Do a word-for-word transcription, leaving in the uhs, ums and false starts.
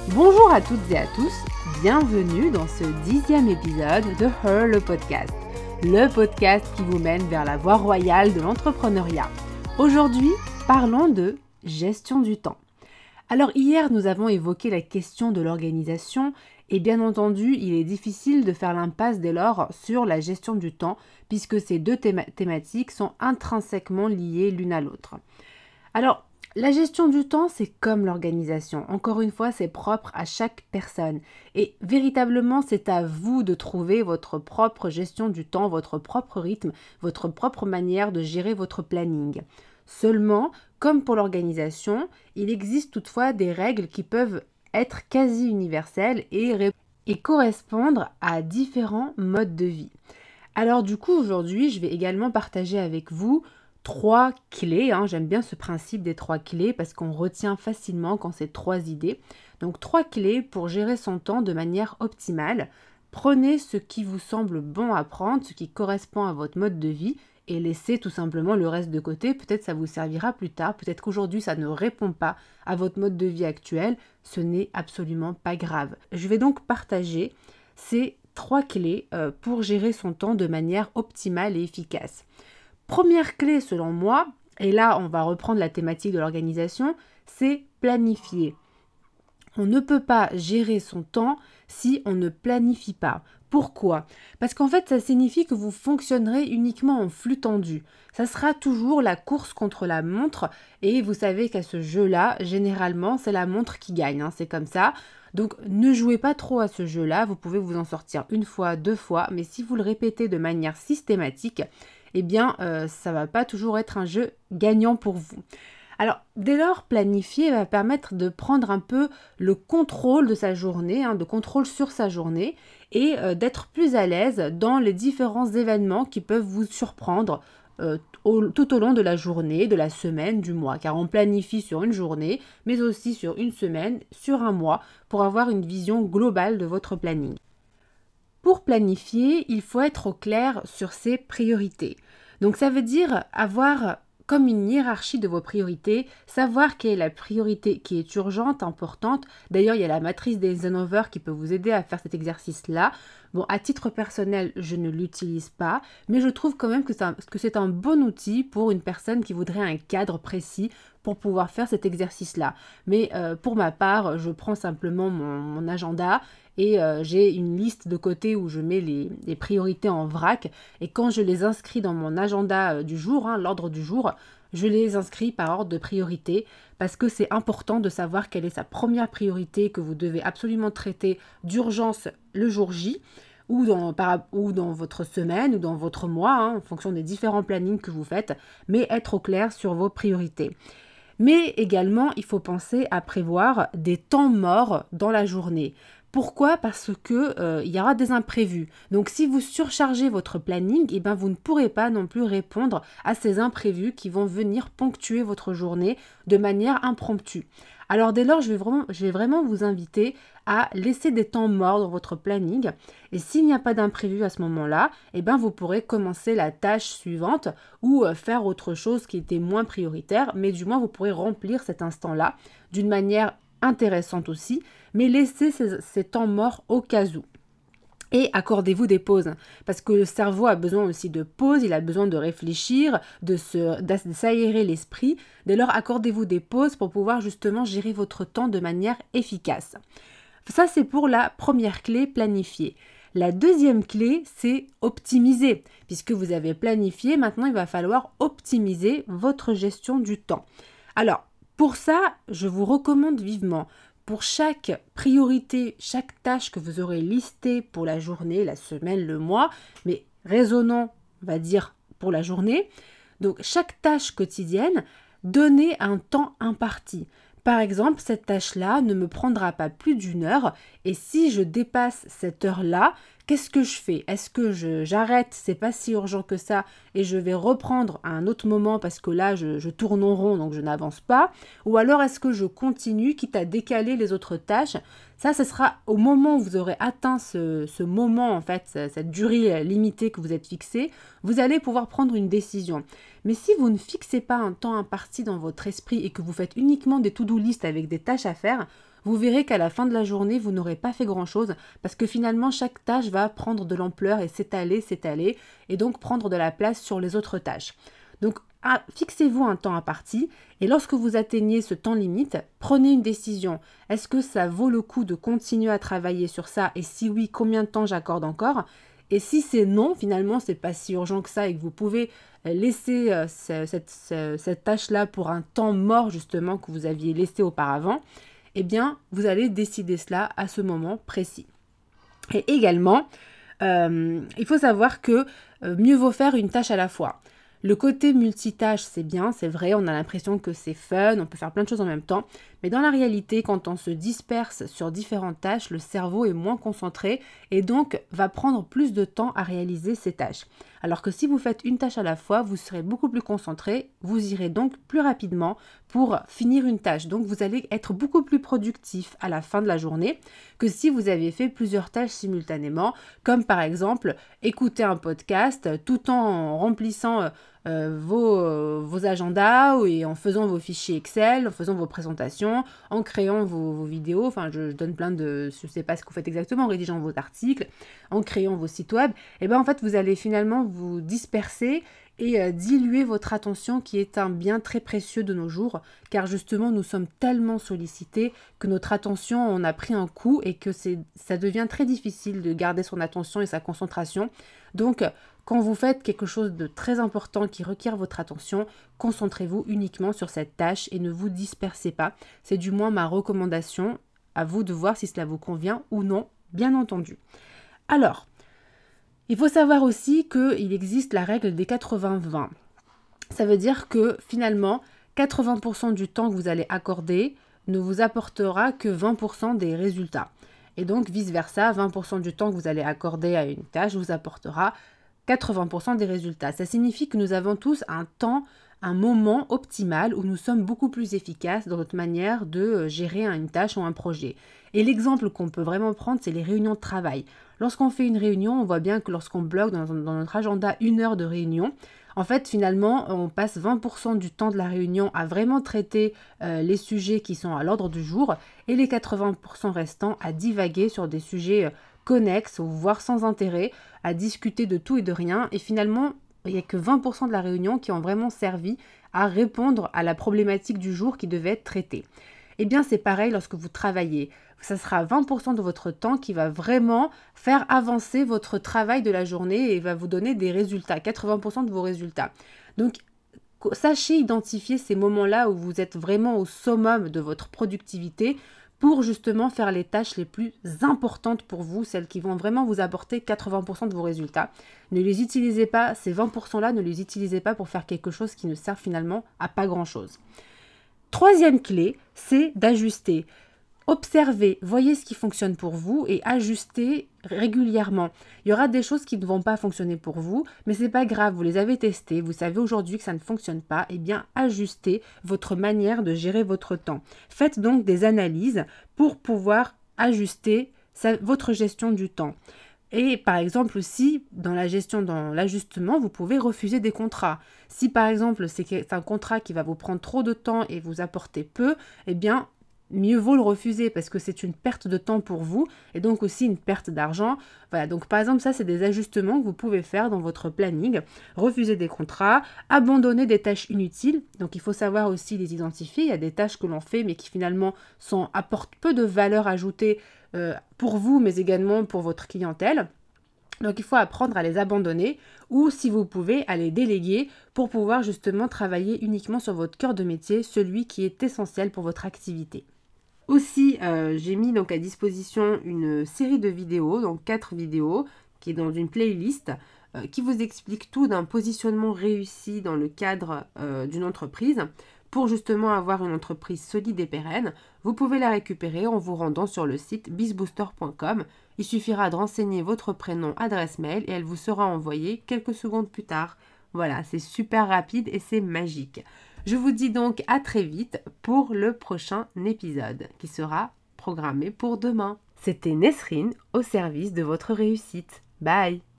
Bonjour à toutes et à tous, bienvenue dans ce dixième épisode de Her le podcast, le podcast qui vous mène vers la voie royale de l'entrepreneuriat. Aujourd'hui, parlons de gestion du temps. Alors hier, nous avons évoqué la question de l'organisation et bien entendu, il est difficile de faire l'impasse dès lors sur la gestion du temps puisque ces deux théma- thématiques sont intrinsèquement liées l'une à l'autre. Alors, la gestion du temps, c'est comme l'organisation. Encore une fois, c'est propre à chaque personne. Et véritablement, c'est à vous de trouver votre propre gestion du temps, votre propre rythme, votre propre manière de gérer votre planning. Seulement, comme pour l'organisation, il existe toutefois des règles qui peuvent être quasi universelles et, ré- et correspondre à différents modes de vie. Alors du coup, aujourd'hui, je vais également partager avec vous trois clés, hein. J'aime bien ce principe des trois clés parce qu'on retient facilement quand c'est trois idées. Donc trois clés pour gérer son temps de manière optimale. Prenez ce qui vous semble bon à prendre, ce qui correspond à votre mode de vie et laissez tout simplement le reste de côté. Peut-être ça vous servira plus tard, peut-être qu'aujourd'hui ça ne répond pas à votre mode de vie actuel. Ce n'est absolument pas grave. Je vais donc partager ces trois clés euh, pour gérer son temps de manière optimale et efficace. Première clé selon moi, et là on va reprendre la thématique de l'organisation, c'est planifier. On ne peut pas gérer son temps si on ne planifie pas. Pourquoi ? Parce qu'en fait ça signifie que vous fonctionnerez uniquement en flux tendu. Ça sera toujours la course contre la montre et vous savez qu'à ce jeu-là, généralement c'est la montre qui gagne, hein, c'est comme ça. Donc ne jouez pas trop à ce jeu-là, vous pouvez vous en sortir une fois, deux fois, mais si vous le répétez de manière systématique, eh bien, euh, ça ne va pas toujours être un jeu gagnant pour vous. Alors, dès lors, planifier va permettre de prendre un peu le contrôle de sa journée, hein, de contrôle sur sa journée et euh, d'être plus à l'aise dans les différents événements qui peuvent vous surprendre euh, au, tout au long de la journée, de la semaine, du mois. Car on planifie sur une journée, mais aussi sur une semaine, sur un mois, pour avoir une vision globale de votre planning. Pour planifier, il faut être au clair sur ses priorités. Donc ça veut dire avoir comme une hiérarchie de vos priorités, savoir quelle est la priorité qui est urgente, importante. D'ailleurs, il y a la matrice d'Eisenhower qui peut vous aider à faire cet exercice-là. Bon, à titre personnel, je ne l'utilise pas, mais je trouve quand même que c'est un, que c'est un bon outil pour une personne qui voudrait un cadre précis pour pouvoir faire cet exercice-là. Mais euh, pour ma part, je prends simplement mon, mon agenda et euh, j'ai une liste de côté où je mets les, les priorités en vrac. Et quand je les inscris dans mon agenda euh, du jour, hein, l'ordre du jour, je les inscris par ordre de priorité parce que c'est important de savoir quelle est sa première priorité que vous devez absolument traiter d'urgence le jour J ou dans, par, ou dans votre semaine ou dans votre mois, hein, en fonction des différents plannings que vous faites, mais être au clair sur vos priorités. Mais également, il faut penser à prévoir des temps morts dans la journée. Pourquoi ? Parce que euh, il y aura des imprévus. Donc si vous surchargez votre planning, eh ben, vous ne pourrez pas non plus répondre à ces imprévus qui vont venir ponctuer votre journée de manière impromptue. Alors dès lors, je vais vraiment, je vais vraiment vous inviter à laisser des temps morts dans votre planning. Et s'il n'y a pas d'imprévu à ce moment-là, eh ben, vous pourrez commencer la tâche suivante ou euh, faire autre chose qui était moins prioritaire, mais du moins vous pourrez remplir cet instant-là d'une manière intéressante aussi, mais laissez ces, ces temps morts au cas où. Et accordez-vous des pauses, parce que le cerveau a besoin aussi de pauses, il a besoin de réfléchir, de, se, de s'aérer l'esprit. Dès lors, accordez-vous des pauses pour pouvoir justement gérer votre temps de manière efficace. Ça, c'est pour la première clé, planifier. La deuxième clé, c'est optimiser. Puisque vous avez planifié, maintenant il va falloir optimiser votre gestion du temps. Alors, pour ça, je vous recommande vivement, pour chaque priorité, chaque tâche que vous aurez listée pour la journée, la semaine, le mois, mais raisonnons, on va dire, pour la journée, donc chaque tâche quotidienne, donnez un temps imparti. Par exemple, cette tâche-là ne me prendra pas plus d'une heure et si je dépasse cette heure-là, qu'est-ce que je fais ? Est-ce que je, j'arrête, c'est pas si urgent que ça et je vais reprendre à un autre moment parce que là je, je tourne en rond donc je n'avance pas ? Ou alors est-ce que je continue quitte à décaler les autres tâches ? Ça, ce sera au moment où vous aurez atteint ce, ce moment, en fait, cette durée limitée que vous êtes fixée, vous allez pouvoir prendre une décision. Mais si vous ne fixez pas un temps imparti dans votre esprit et que vous faites uniquement des to-do list avec des tâches à faire, vous verrez qu'à la fin de la journée, vous n'aurez pas fait grand-chose parce que finalement, chaque tâche va prendre de l'ampleur et s'étaler, s'étaler et donc prendre de la place sur les autres tâches. Donc, ah, fixez-vous un temps imparti et lorsque vous atteignez ce temps limite, prenez une décision. Est-ce que ça vaut le coup de continuer à travailler sur ça et si oui, combien de temps j'accorde encore ? Et si c'est non, finalement, c'est pas si urgent que ça et que vous pouvez laisser euh, ce, cette, ce, cette tâche-là pour un temps mort justement que vous aviez laissé auparavant, eh bien, vous allez décider cela à ce moment précis. Et également, euh, il faut savoir que euh, mieux vaut faire une tâche à la fois. Le côté multitâche, c'est bien, c'est vrai, on a l'impression que c'est fun, on peut faire plein de choses en même temps, mais dans la réalité, quand on se disperse sur différentes tâches, le cerveau est moins concentré et donc va prendre plus de temps à réaliser ces tâches. Alors que si vous faites une tâche à la fois, vous serez beaucoup plus concentré, vous irez donc plus rapidement pour finir une tâche. Donc vous allez être beaucoup plus productif à la fin de la journée que si vous aviez fait plusieurs tâches simultanément, comme par exemple écouter un podcast tout en remplissant euh, vos, euh, vos agendas et en faisant vos fichiers Excel, en faisant vos présentations, en créant vos, vos vidéos, enfin je, je donne plein de, je ne sais pas ce que vous faites exactement, en rédigeant vos articles, en créant vos sites web, et bien en fait vous allez finalement vous disperser et euh, diluer votre attention qui est un bien très précieux de nos jours car justement nous sommes tellement sollicités que notre attention on a pris un coup et que c'est, ça devient très difficile de garder son attention et sa concentration. Donc quand vous faites quelque chose de très important qui requiert votre attention, concentrez-vous uniquement sur cette tâche et ne vous dispersez pas. C'est du moins ma recommandation, à vous de voir si cela vous convient ou non, bien entendu. Alors, il faut savoir aussi qu'il existe la règle des quatre-vingts vingt. Ça veut dire que finalement, quatre-vingts pour cent du temps que vous allez accorder ne vous apportera que vingt pour cent des résultats. Et donc vice-versa, vingt pour cent du temps que vous allez accorder à une tâche vous apportera quatre-vingts pour cent des résultats. Ça signifie que nous avons tous un temps, un moment optimal où nous sommes beaucoup plus efficaces dans notre manière de gérer une tâche ou un projet. Et l'exemple qu'on peut vraiment prendre, c'est les réunions de travail. Lorsqu'on fait une réunion, on voit bien que lorsqu'on bloque dans, dans notre agenda une heure de réunion, en fait, finalement, on passe vingt pour cent du temps de la réunion à vraiment traiter euh, les sujets qui sont à l'ordre du jour et les quatre-vingts pour cent restants à divaguer sur des sujets euh, connexes ou voire sans intérêt, à discuter de tout et de rien. Et finalement, il n'y a que vingt pour cent de la réunion qui ont vraiment servi à répondre à la problématique du jour qui devait être traitée. Eh bien, c'est pareil lorsque vous travaillez. Ça sera vingt pour cent de votre temps qui va vraiment faire avancer votre travail de la journée et va vous donner des résultats, quatre-vingts pour cent de vos résultats. Donc, sachez identifier ces moments-là où vous êtes vraiment au summum de votre productivité pour justement faire les tâches les plus importantes pour vous, celles qui vont vraiment vous apporter quatre-vingts pour cent de vos résultats. Ne les utilisez pas, ces vingt pour cent-là, ne les utilisez pas pour faire quelque chose qui ne sert finalement à pas grand-chose. Troisième clé, c'est d'ajuster. Observez, voyez ce qui fonctionne pour vous et ajustez régulièrement. Il y aura des choses qui ne vont pas fonctionner pour vous, mais c'est pas grave, vous les avez testées, vous savez aujourd'hui que ça ne fonctionne pas, et bien ajustez votre manière de gérer votre temps. Faites donc des analyses pour pouvoir ajuster sa, votre gestion du temps. Et par exemple aussi, dans la gestion, dans l'ajustement, vous pouvez refuser des contrats. Si par exemple c'est un contrat qui va vous prendre trop de temps et vous apporter peu, eh bien mieux vaut le refuser parce que c'est une perte de temps pour vous et donc aussi une perte d'argent. Voilà, donc par exemple ça c'est des ajustements que vous pouvez faire dans votre planning. Refuser des contrats, abandonner des tâches inutiles. Donc il faut savoir aussi les identifier. Il y a des tâches que l'on fait mais qui finalement sont, apportent peu de valeur ajoutée euh, pour vous mais également pour votre clientèle. Donc il faut apprendre à les abandonner ou si vous pouvez à les déléguer pour pouvoir justement travailler uniquement sur votre cœur de métier, celui qui est essentiel pour votre activité. Aussi, euh, j'ai mis donc à disposition une série de vidéos, donc quatre vidéos, qui est dans une playlist, euh, qui vous explique tout d'un positionnement réussi dans le cadre euh, d'une entreprise. Pour justement avoir une entreprise solide et pérenne, vous pouvez la récupérer en vous rendant sur le site bizbooster point com. Il suffira de renseigner votre prénom, adresse mail et elle vous sera envoyée quelques secondes plus tard. Voilà, c'est super rapide et c'est magique. Je vous dis donc à très vite pour le prochain épisode qui sera programmé pour demain. C'était Nesrine au service de votre réussite. Bye!